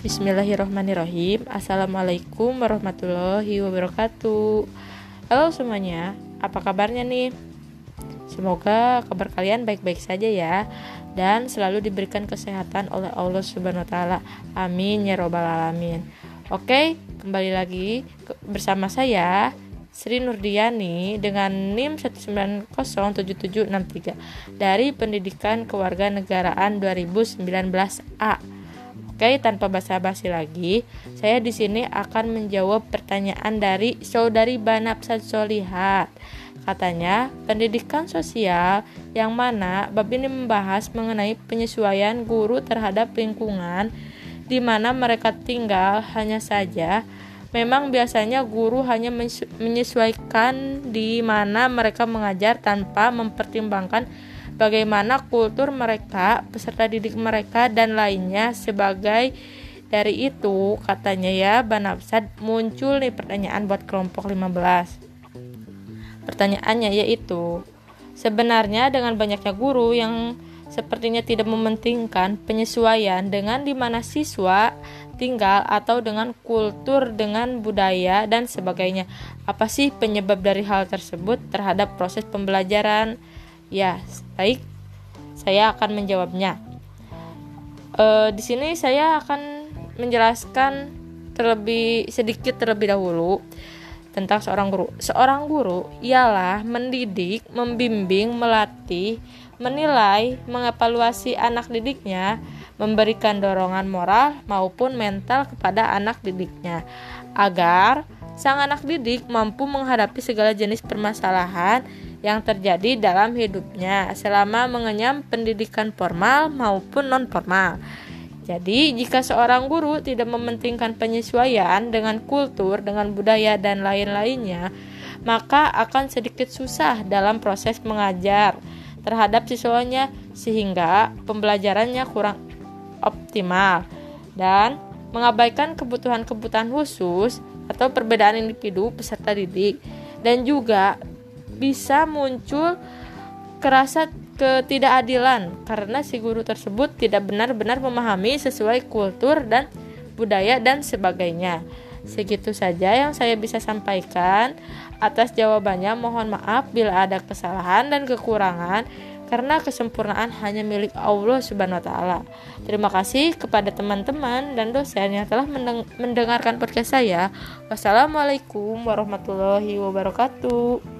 Bismillahirrahmanirrahim. Assalamualaikum warahmatullahi wabarakatuh. Halo semuanya, apa kabarnya nih? Semoga kabar kalian baik-baik saja ya, dan selalu diberikan kesehatan oleh Allah Subhanahu wa taala. Amin ya robbal alamin. Oke, kembali lagi bersama saya Sri Nurdiani dengan NIM 1907763 dari Pendidikan Kewarganegaraan 2019A. Oke, tanpa basa-basi lagi, saya di sini akan menjawab pertanyaan dari Saudari Banapsat Solihat. Katanya, pendidikan sosial yang mana bab ini membahas mengenai penyesuaian guru terhadap lingkungan di mana mereka tinggal. Hanya saja, memang biasanya guru hanya menyesuaikan di mana mereka mengajar tanpa mempertimbangkan bagaimana kultur mereka, peserta didik mereka, dan lainnya. Sebagai dari itu, katanya ya, Banapsat, muncul nih pertanyaan buat kelompok 15. Pertanyaannya yaitu, sebenarnya dengan banyaknya guru yang sepertinya tidak mementingkan penyesuaian dengan di mana siswa tinggal atau dengan kultur, dengan budaya, dan sebagainya. Apa sih penyebab dari hal tersebut terhadap proses pembelajaran? Ya, baik. Saya akan menjawabnya. Di sini saya akan menjelaskan terlebih dahulu tentang seorang guru. Seorang guru ialah mendidik, membimbing, melatih, menilai, mengevaluasi anak didiknya, memberikan dorongan moral maupun mental kepada anak didiknya agar sang anak didik mampu menghadapi segala jenis permasalahan yang terjadi dalam hidupnya selama mengenyam pendidikan formal maupun non-formal. Jadi, jika seorang guru tidak mementingkan penyesuaian dengan kultur, dengan budaya, dan lain-lainnya, maka akan sedikit susah dalam proses mengajar terhadap siswanya sehingga pembelajarannya kurang optimal dan mengabaikan kebutuhan-kebutuhan khusus atau perbedaan individu peserta didik, dan juga bisa muncul kerasa ketidakadilan karena si guru tersebut tidak benar-benar memahami sesuai kultur dan budaya dan sebagainya. Segitu saja yang saya bisa sampaikan. Atas jawabannya mohon maaf bila ada kesalahan dan kekurangan, karena kesempurnaan hanya milik Allah Subhanahu wa taala. Terima kasih kepada teman-teman dan dosen yang telah mendengarkan podcast saya. Wassalamualaikum warahmatullahi wabarakatuh.